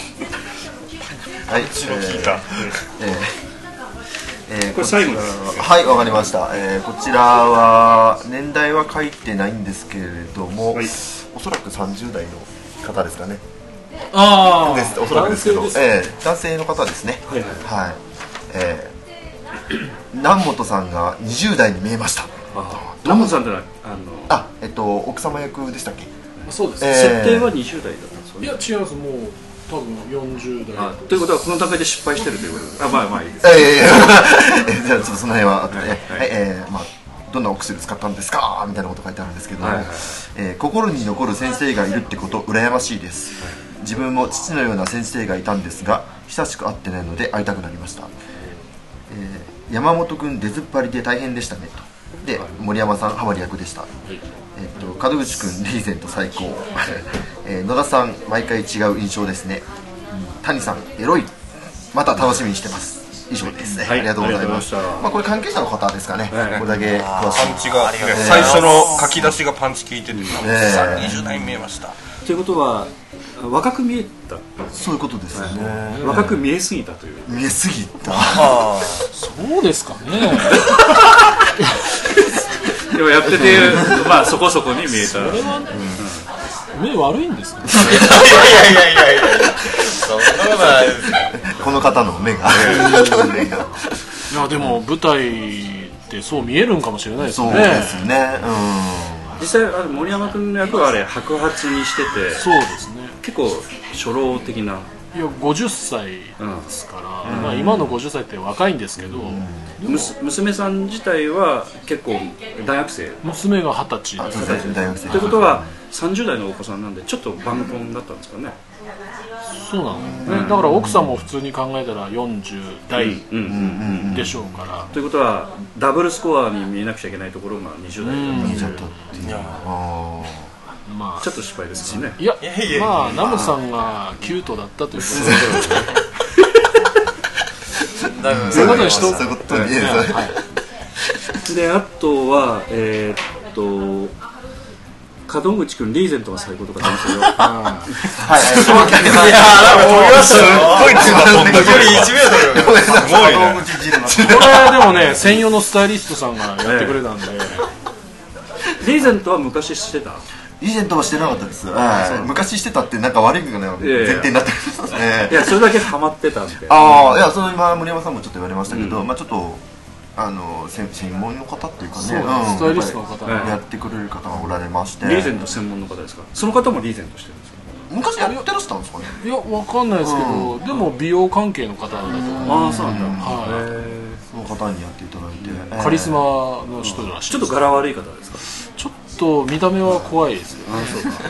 はい。 口の効いた。 えーえー、 これ最後です。 はい、わかりました、えー、こちらは年代は書いてないんですけれども、はい、おそらくさんじゅう代の方ですかね。 ああおそらくですけど男性、えー、男性の方ですね。はい、はいはいえー、南本さんがにじゅう代に見えました。 南本さんってのはあのあ、えっと、奥様役でしたっけ。 そうです、 えー、設定はにじゅう代だったんですよね。 いや違います。もう多分よんじゅうだいということはこの段階で失敗してるということです。あ、まあまあいいです。 ええじゃあちょっとその辺は後で、はい、えー、まあどんなお薬使ったんですかみたいなこと書いてあるんですけど、はいはい、えー、心に残る先生がいるってこと羨ましいです、はい、自分も父のような先生がいたんですが久しく会ってないので会いたくなりました、えー、山本君出ずっぱりで大変でしたねとで、はい、森山さんハマり役でした、はい、えー、と門口君リーゼント最高、えー、野田さん毎回違う印象ですね、うん、谷さんエロいまた楽しみにしてます。以上ですね、はい、ありがとうございました。まあこれ関係者の方ですかね、はい、これだけ詳しいパンチが、ね、最初の書き出しがパンチ効いてて、にじゅう代に見えました。 ということは若く見えた。 そういうことですね、 はい、若く見えすぎたという。 見えすぎた。 あそうですかね。 でもやっててまあそこそこに見えた。それは、 うん、目悪いんですか。 いやいやいやいやいや。そんなことないですよ。 この方の目が。 いやでも舞台ってそう見えるんかもしれないですね。 そうですね。 うん、実際あれ森山君の役はあれ白髪にしてて。 そうですね。 結構初老的な。 いやごじゅっさいですから、うん、まあ今のごじゅっさいって若いんですけど、うん、 娘さん自体は結構大学生。 娘が二十歳。 二十歳大学生。 ということはさんじゅう代のお子さんなんでちょっと晩婚だったんですかね。 そうなの、ね、だから奥さんも普通に考えたらよんじゅう代でしょうから、 ということはダブルスコアに見えなくちゃいけないところがにじゅう代だったっていう、まあちょっと失敗ですね。 いやまあナムさんがキュートだったということでそういうことにしとそういうことにで、あとはえーっと門口君リーゼントが最高とか言ってましたよ。はい、 そう聞いてます。いやー、すごいつまんでる。いちメートル。すごいね。門口汁の。 これでもね、専用のスタイリストさんがやってくれたんで。 リーゼントは昔してた？ リーゼントはしてなかったです。昔してたってなんか悪いのが前提になってますね。 いや、それだけハマってたんで。 ああ、いや、その今森山さんもちょっと言われましたけど、まあちょっと。あの専門の方っていうかね、 スタイリストの方やってくれる方がおられまして、 リーゼント専門の方ですか。その方もリーゼントしてるんですか。 昔やってらしたんですかね。 いやわかんないですけど、でも美容関係の方だと思う。 ああそうなんだ。 はい。その方にやっていただいて、 カリスマの人らしい。 ちょっと柄悪い方ですか。 ちょっと見た目は怖いですよ。あそうか。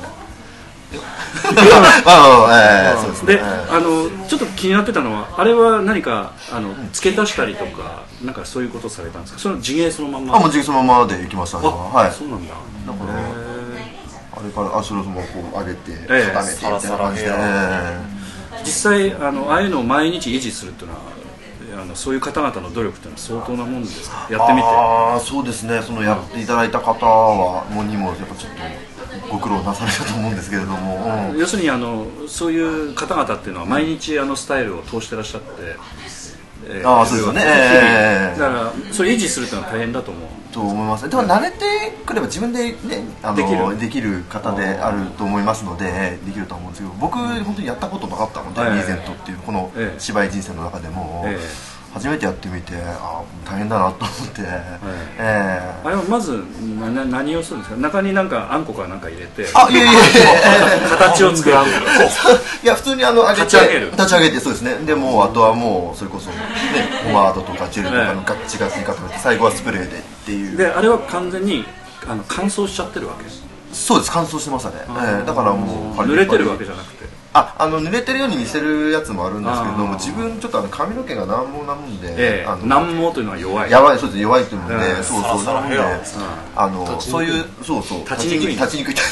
で、あのちょっと気になってたのはあれは何かあの付け足したりとかなんかそういうことされたんですか。その地毛そのまま。 あ、もう地毛そのままでいきましたね。はい。 そうなんだ。 だからあれから足のもこう上げて固めてみたいな感じで。 実際あのああいうのを毎日維持するっていうのは。あのそういう方々の努力っていうのは相当なもんですか。やってみて。 ああそうですね。そのやっていただいた方はもにもやっぱちょっとご苦労なされたと思うんですけれども、 うん、要するにあのそういう方々っていうのは毎日あのスタイルを通してらっしゃって、 えー、ああそうですね、えー、だからそれ維持するっていうのは大変だと思うと思います。でも慣れてくれば自分で、ね、あのできる、できる方であると思いますのでできると思うんですけど、僕本当にやったことなかったので、リーゼントっていうこの芝居人生の中でも、えー初めてやってみて、あ大変だなと思って、はいえー、あれはまずな何をするんですか。中になんかあんこかなんか入れて、 あいやいやいや形を作る。 いや普通にあの立ち上げる立ち上げてそうですね。でもうあとはもうそれこそねポマードとかジェルとかのガッチガチに固めて最後はスプレーでっていう。 であれは完全にあの乾燥しちゃってるわけです。 そうです乾燥してましたね、えー、だからもう濡れてるわけじゃなくて。 あ、あの濡れてるように見せるやつもあるんですけども、自分ちょっとあの髪の毛が軟毛なもんで、 ええ、 あの軟毛というのは弱い。 やばいそうです弱いというので、えー、そうそうなので、あのそういうそうそう立ちにくい立ちにくい。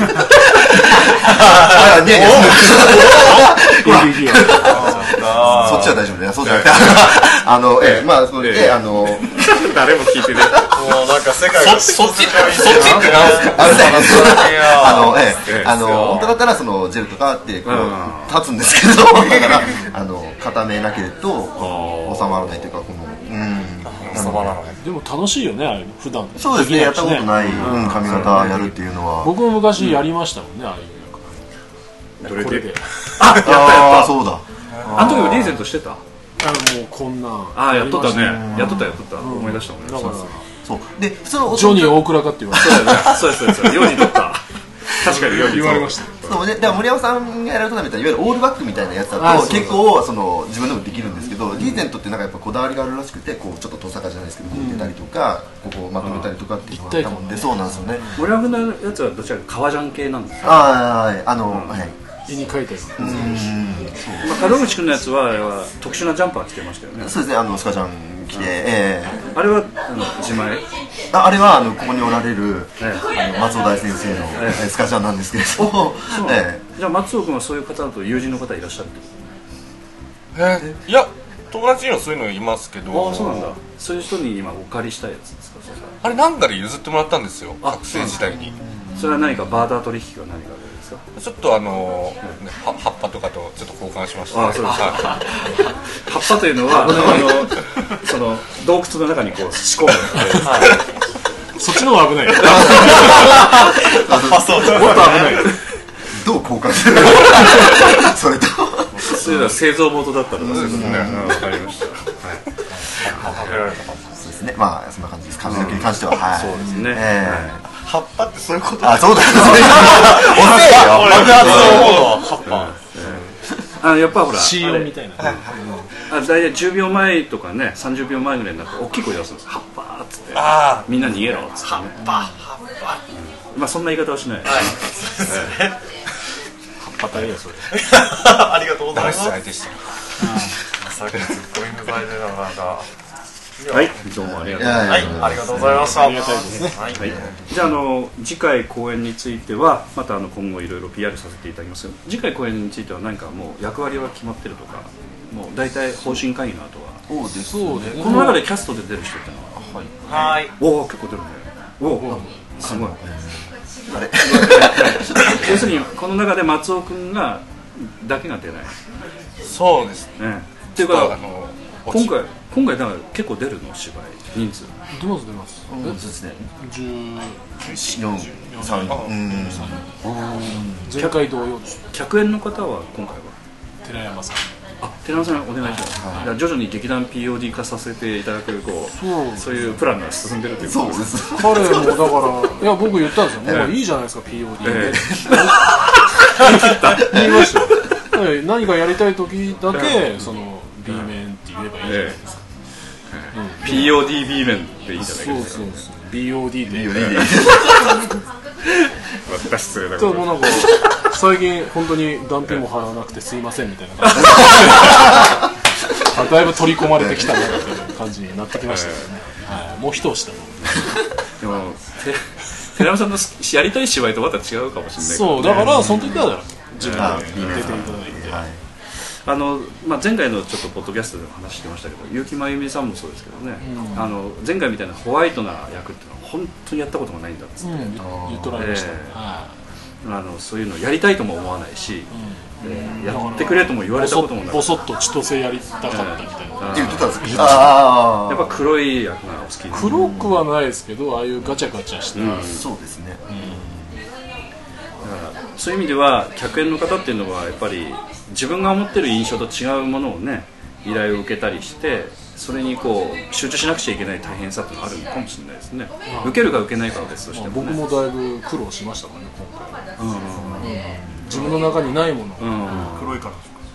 そっちは大丈夫ね。そうじゃなくて、あのえまあそれであの誰も聞いてね。 もうなんか世界がそっちそっちってなんですか。 あのえあの本当だったらそのジェルとかってこう立つんですけど、だからあの固めなければ収まらないというかこのうん収まらない。 でも楽しいよねあれ普段。 そうですねやったことない髪型やるっていうのは。 僕も昔やりましたもんねああいう。これで。 あやったやった。 そうだ。 あの時もリーゼントしてた。 あのもうこんなあやっとったね。やっとったやっとった思い出したもんね。だからそうでそのジョニー大倉かって言われた。そうですそうです。ように取った。確かにように言われました。 そうで、だから森山さんがやるトーナメントはいわゆるオールバックみたいなやつだと結構その自分でもできるんですけど、リーゼントってなんかやっぱこだわりがあるらしくて、こうちょっと遠坂じゃないですけど出たりとか、ここをまとめたりとかっていうのがあったもんで、そうなんですよね。 森山君のやつはどちらか革ジャン系なんですか？ ああ、あの、はい。 絵に描いたような。 門口君のやつは特殊なジャンパー着てましたよね。 そうですね、あのスカジャン着て、えあれはあの自前？ あ、あれはあのここにおられるあの松尾大先生のスカジャンなんですけれども、 じゃあ松尾君はそういう方だと友人の方いらっしゃるってこと？えー、いや友達にはそういうのいますけど。 ああ、そうなんだ。そういう人に今お借りしたやつですか？ あれなんかで譲ってもらったんですよ、学生時代に。 それは何かバーター取引は何かですか？ ちょっとあのーね、葉っぱとかとちょっと交換しました、ね。あ、そうですか。 葉っぱというのはあのその洞窟の中にこう仕込むので、 そっちの方が危ない。 あ、そうだ。もっと危ない。どう交換する？それと。 それは製造元だったのですね。わかりました。はい。 そうですね。まあそんな感じです。髪の毛に関しては、はい。 そうですね。 葉っぱってそういうこと？ あ、そうだ。遅えよ。 葉っぱ。あ、やっぱほら。 シーオンみたいな。 あ、だいたいじゅうびょうまえとかね、さんじゅうびょうまえぐらいになって大きい声出すんです。葉っぱーっつって。みんな逃げろっつって。 葉っぱ、葉っぱ。 まあそんな言い方はしない。 はい。 葉っぱだよそれ。 ありがとうございます。 相手してる。 さっきツッコミ無罪でなかなか。 はい、どうもありがとうございます。 はい、ありがとうございました。 ありがたいですね。 はい。じゃああの次回公演についてはまたあの今後いろいろ ピーアール させていただきますが、次回公演については何かもう役割は決まってるとか、もう大体方針会議の後は。 そうです。 そうです。 この中でキャストで出る人ってのは。 はい。 おお、結構出るね。おお、すごい。 あれ。 要するにこの中で松尾君がだけが出ない。 そうですね。っていうか今回今回だから結構出るの芝居人数。 出ます出ます。 そうですね。 十四三。うん。 前回同様です。 客演の方は今回は寺山さん。 あ、寺山さんお願いします。はい、徐々に劇団 ピーオーディー 化させていただくこう、そう、そういうプランが進んでるということです。 そうです。彼もだからいや僕言ったんですよ。もういいじゃないですか ピーオーディー で。言いましたよ。何かやりたい時だけその B 面って言えばいいじゃないですか。 ピーオーディービー 面っていいじゃないですか。そうそうそう。 ビーオーディー で。 私失礼だけど。もうなんか最近本当に断片も払わなくてすいませんみたいな感じでだいぶ取り込まれてきたなっていう感じになってきましたけどね。はい、もう一押しだと。 でも寺山さんのやりたい芝居とまた違うかもしれない。 そうだからその時は自分で出ていただいて。 あのまあ、前回のちょっとポッドキャストでも話してましたけど、結城真由美さんもそうですけどね、うん、あの前回みたいなホワイトな役っていうのは本当にやったことがないんだっつって、うん、 言っとられました、えーはい、あのそういうのやりたいとも思わないし、うんえー、やってくれとも言われたこともない。 ボソッと千歳やりたかったみたいな、えー、 言ってたんですけど、あやっぱ黒い役がお好きで。 黒くはないですけど、ああいうガチャガチャした、うん、 そうですね、うん、 だからそういう意味では客演の方っていうのはやっぱり自分が思ってる印象と違うものをね依頼を受けたりしてそれにこう集中しなくちゃいけない大変さっていうのがあるのかもしれないですね。受けるか受けないかは別としても、ね、 僕もだいぶ苦労しましたからね今回、うんうん、自分の中にないもの、うん、 黒いから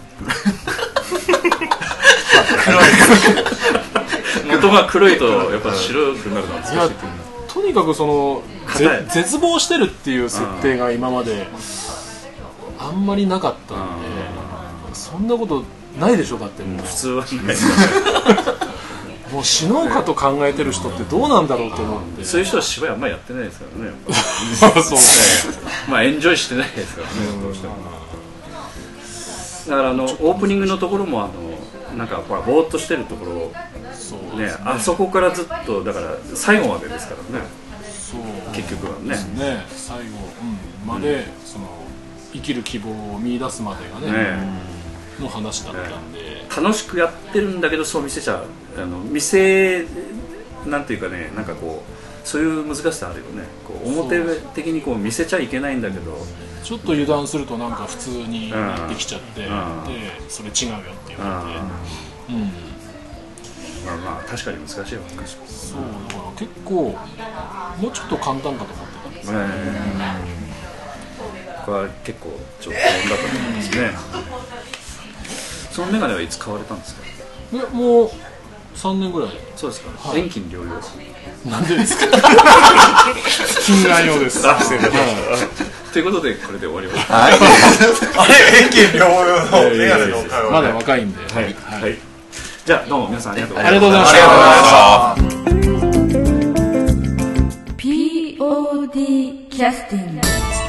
元が黒いとやっぱ白くなるのは難しいっていう。 とにかくその絶望してるっていう設定が今まであんまりなかったんで、そんなことないでしょ。だってもう普通はないもう死のうかと考えてる人ってどうなんだろうと思って。 そういう人は芝居あんまりやってないですからねそうねまあエンジョイしてないですからね、どうしても。だからあのオープニングのところもあのなんかほらぼーっとしてるところそうね、ね、あそこからずっとだから最後までですからね。そう結局はね、 ね最後、うん、まで、うん、その生きる希望を見出すまでが ね, ねの話だったんで、ね、 楽しくやってるんだけどそう見せちゃうあの見せなんていうかね、なんかこうそういう難しさあるよね。こう表的にこう見せちゃいけないんだけどちょっと油断するとなんか普通になってきちゃって、うん、でそれ違うよって言われて、うんうん、 まあまあ確かに難しいわ。そうだから結構もうちょっと簡単かと思ってたんですけど、 こは結構常連だと思いますね。そのメガネはいつ買われたんですか？ いやもうさんねんぐらい。 そうですか、はい、遠近療養なんでですか？近眼用です。 あ、すいません。ということでこれで終わります。 はい。あれ遠近療養のメガネの会話、 まだ若いんで。 はい。はい。じゃあどうも皆さんありがとうございました。 ありがとうございました。 ピーオーディー キャスティング。